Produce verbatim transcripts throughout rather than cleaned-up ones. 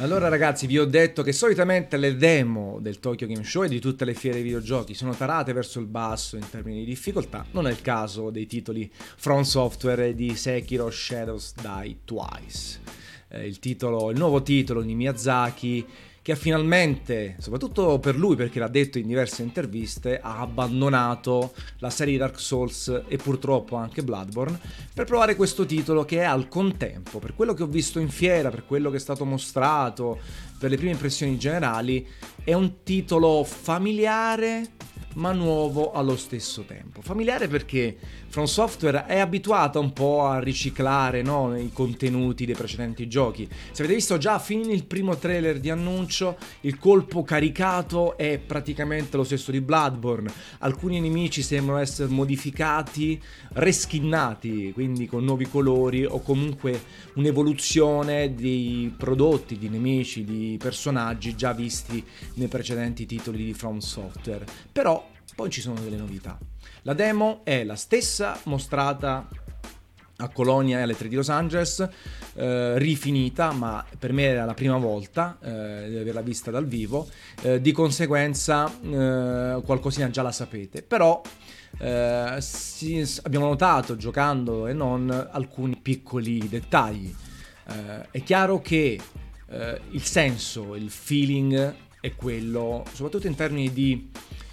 Allora ragazzi, vi ho detto che solitamente le demo del Tokyo Game Show e di tutte le fiere dei videogiochi sono tarate verso il basso in termini di difficoltà. Non è il caso dei titoli From Software e di Sekiro Shadows Die Twice. Eh, il titolo, il nuovo titolo di Miyazaki, che ha finalmente, soprattutto per lui perché l'ha detto in diverse interviste, ha abbandonato la serie di Dark Souls e purtroppo anche Bloodborne per provare questo titolo che è al contempo, per quello che ho visto in fiera, per quello che è stato mostrato, per le prime impressioni generali, è un titolo familiare ma nuovo allo stesso tempo. Familiare perché From Software è abituata un po' a riciclare, no, i contenuti dei precedenti giochi. Se avete visto già fin il primo trailer di annuncio, il colpo caricato è praticamente lo stesso di Bloodborne. Alcuni nemici sembrano essere modificati, reskinnati, quindi con nuovi colori o comunque un'evoluzione dei prodotti, di nemici, di personaggi già visti nei precedenti titoli di From Software. Però poi ci sono delle novità. La demo è la stessa mostrata a Colonia e alle tre di Los Angeles, eh, rifinita, ma per me era la prima volta eh, di averla vista dal vivo, eh, di conseguenza eh, qualcosina già la sapete, però eh, si, abbiamo notato giocando e non alcuni piccoli dettagli. Eh, è chiaro che eh, il senso, il feeling è quello, soprattutto in termini di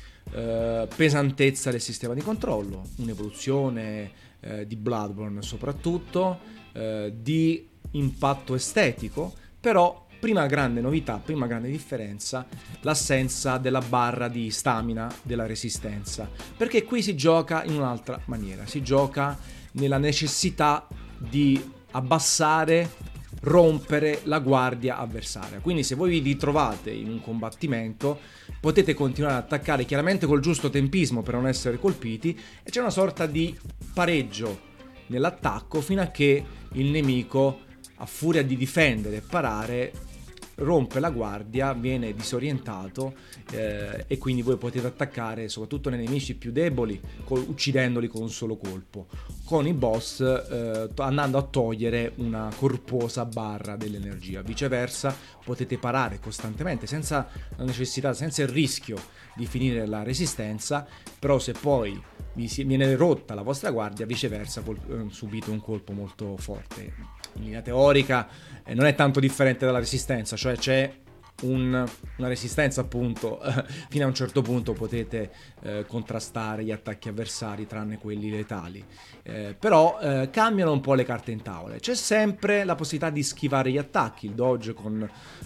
Uh, pesantezza del sistema di controllo, un'evoluzione uh, di Bloodborne soprattutto, uh, di impatto estetico, però prima grande novità, prima grande differenza, l'assenza della barra di stamina, della resistenza, perché qui si gioca in un'altra maniera, si gioca nella necessità di abbassare, rompere la guardia avversaria. Quindi se voi vi ritrovate in un combattimento potete continuare ad attaccare chiaramente col giusto tempismo per non essere colpiti e c'è una sorta di pareggio nell'attacco fino a che il nemico, a furia di difendere e parare, rompe la guardia, viene disorientato eh, e quindi voi potete attaccare soprattutto nei nemici più deboli, co- uccidendoli con un solo colpo. Con i boss eh, andando a togliere una corposa barra dell'energia. Viceversa potete parare costantemente senza la necessità, senza il rischio di finire la resistenza, però se poi vi si, viene rotta la vostra guardia, viceversa col, eh, subite un colpo molto forte. In linea teorica eh, non è tanto differente dalla resistenza, cioè c'è un, una resistenza appunto eh, fino a un certo punto potete eh, contrastare gli attacchi avversari tranne quelli letali, eh, però eh, cambiano un po' le carte in tavola. C'è sempre la possibilità di schivare gli attacchi, il dodge con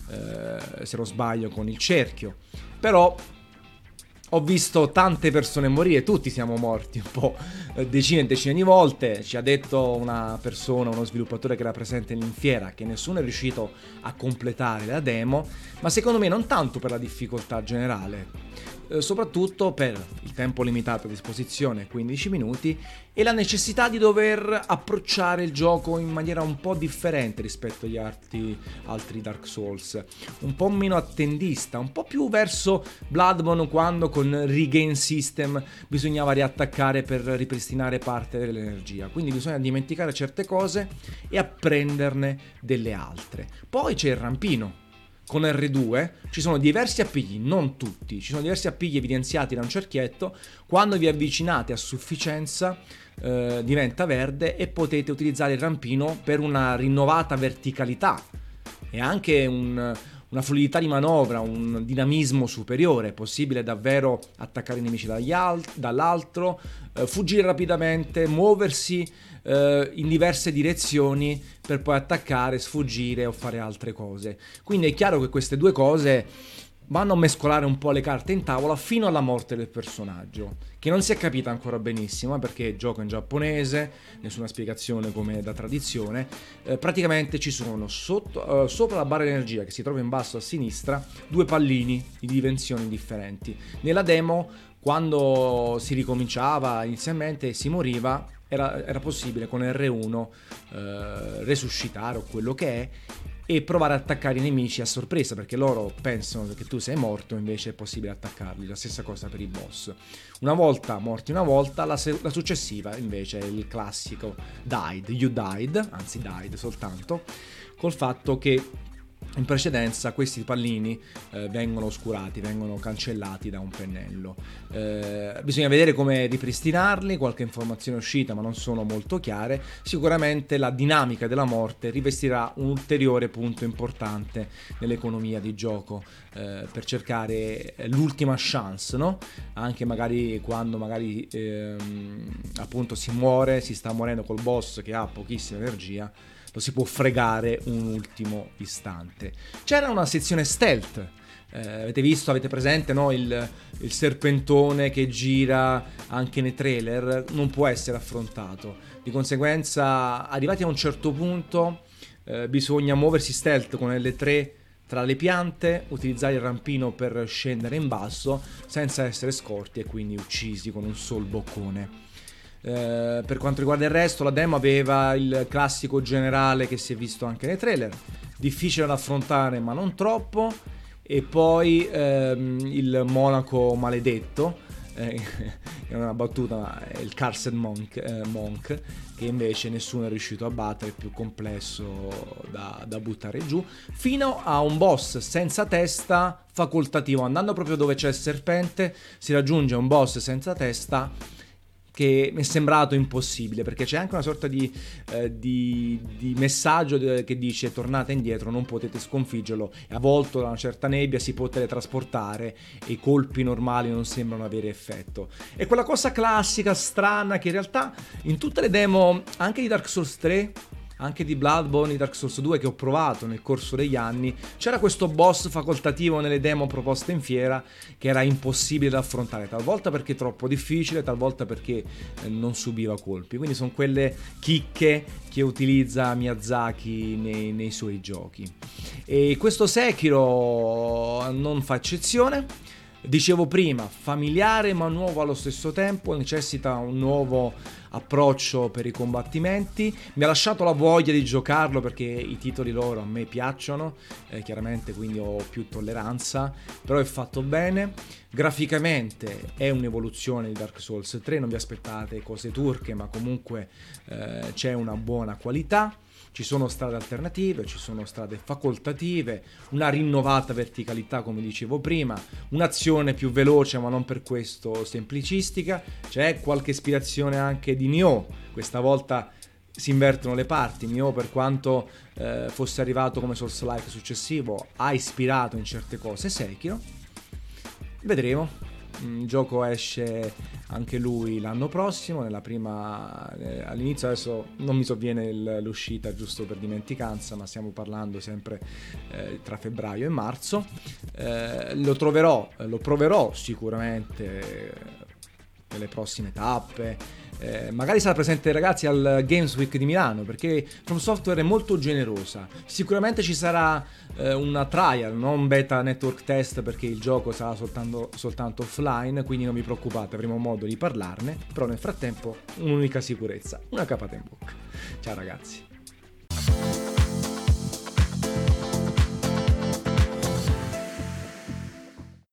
eh, se non sbaglio con il cerchio, però ho visto tante persone morire, tutti siamo morti un po' decine e decine di volte. Ci ha detto una persona, uno sviluppatore che era presente in fiera, che nessuno è riuscito a completare la demo, ma secondo me non tanto per la difficoltà generale, eh, soprattutto per il tempo limitato a disposizione, quindici minuti, e la necessità di dover approcciare il gioco in maniera un po' differente rispetto agli altri, altri Dark Souls, un po' meno attendista, un po' più verso Bloodborne, quando con regain system bisognava riattaccare per ripristinare parte dell'energia, quindi bisogna dimenticare certe cose e apprenderne delle altre. Poi c'è il rampino. Con erre due ci sono diversi appigli, non tutti, ci sono diversi appigli evidenziati da un cerchietto. Quando vi avvicinate a sufficienza eh, diventa verde e potete utilizzare il rampino per una rinnovata verticalità e anche un, una fluidità di manovra, un dinamismo superiore. È possibile davvero attaccare i nemici dagli alt- dall'altro, eh, fuggire rapidamente, muoversi eh, in diverse direzioni per poi attaccare, sfuggire o fare altre cose. Quindi è chiaro che queste due cose vanno a mescolare un po' le carte in tavola fino alla morte del personaggio, che non si è capita ancora benissimo perché gioco in giapponese, nessuna spiegazione come da tradizione. Eh, praticamente ci sono sotto, eh, sopra la barra di energia che si trova in basso a sinistra due pallini di dimensioni differenti. Nella demo, quando si ricominciava inizialmente e si moriva, era, era possibile con erre uno eh, resuscitare o quello che è e provare ad attaccare i nemici a sorpresa, perché loro pensano che tu sei morto, invece è possibile attaccarli. La stessa cosa per i boss. Una volta morti una volta, la, se- la successiva invece è il classico died, you died, anzi died soltanto, col fatto che in precedenza questi pallini eh, vengono oscurati, vengono cancellati da un pennello. Eh, bisogna vedere come ripristinarli, qualche informazione è uscita ma non sono molto chiare. Sicuramente la dinamica della morte rivestirà un ulteriore punto importante nell'economia di gioco, eh, per cercare l'ultima chance, no? Anche magari quando magari ehm, appunto si muore, si sta morendo col boss che ha pochissima energia, lo si può fregare un ultimo istante. C'era una sezione stealth, eh, avete visto, avete presente, no? il, il serpentone che gira anche nei trailer, non può essere affrontato. Di conseguenza, arrivati a un certo punto, eh, bisogna muoversi stealth con L tre tra le piante, utilizzare il rampino per scendere in basso senza essere scorti e quindi uccisi con un sol boccone. Eh, per quanto riguarda il resto, la demo aveva il classico generale che si è visto anche nei trailer, difficile da affrontare ma non troppo, e poi ehm, il monaco maledetto, eh, è una battuta, ma è il Cursed Monk, eh, Monk, che invece nessuno è riuscito a battere, è più complesso da, da buttare giù, fino a un boss senza testa facoltativo. Andando proprio dove c'è il serpente si raggiunge un boss senza testa che mi è sembrato impossibile, perché c'è anche una sorta di, eh, di, di messaggio che dice tornate indietro, non potete sconfiggerlo, è avvolto da una certa nebbia, si può teletrasportare e i colpi normali non sembrano avere effetto. È quella cosa classica, strana, che in realtà in tutte le demo, anche di Dark Souls tre, anche di Bloodborne, di Dark Souls due, che ho provato nel corso degli anni, c'era questo boss facoltativo nelle demo proposte in fiera che era impossibile da affrontare, talvolta perché troppo difficile, talvolta perché eh, non subiva colpi. Quindi sono quelle chicche che utilizza Miyazaki nei, nei suoi giochi, e questo Sekiro non fa eccezione. Dicevo prima, familiare ma nuovo allo stesso tempo, necessita un nuovo approccio per i combattimenti. Mi ha lasciato la voglia di giocarlo perché i titoli loro a me piacciono, eh, chiaramente, quindi ho più tolleranza, però è fatto bene. Graficamente è un'evoluzione di Dark Souls tre, non vi aspettate cose turche, ma comunque eh, c'è una buona qualità. Ci sono strade alternative, ci sono strade facoltative, una rinnovata verticalità come dicevo prima, un'azione più veloce ma non per questo semplicistica, c'è qualche ispirazione anche di Nioh, questa volta si invertono le parti. Nioh, per quanto eh, fosse arrivato come Souls-like successivo, ha ispirato in certe cose Sekiro. Vedremo. Il gioco esce anche lui l'anno prossimo, nella prima eh, all'inizio, adesso non mi sovviene il, l'uscita giusto per dimenticanza, ma stiamo parlando sempre eh, tra febbraio e marzo. Eh, lo troverò, lo proverò sicuramente nelle prossime tappe. Eh, magari sarà presente, ragazzi, al Games Week di Milano, perché From Software è molto generosa. Sicuramente ci sarà eh, una trial, non un beta network test, perché il gioco sarà soltanto, soltanto offline, quindi non vi preoccupate, avremo modo di parlarne. Però nel frattempo un'unica sicurezza, una capata in bocca. Ciao ragazzi.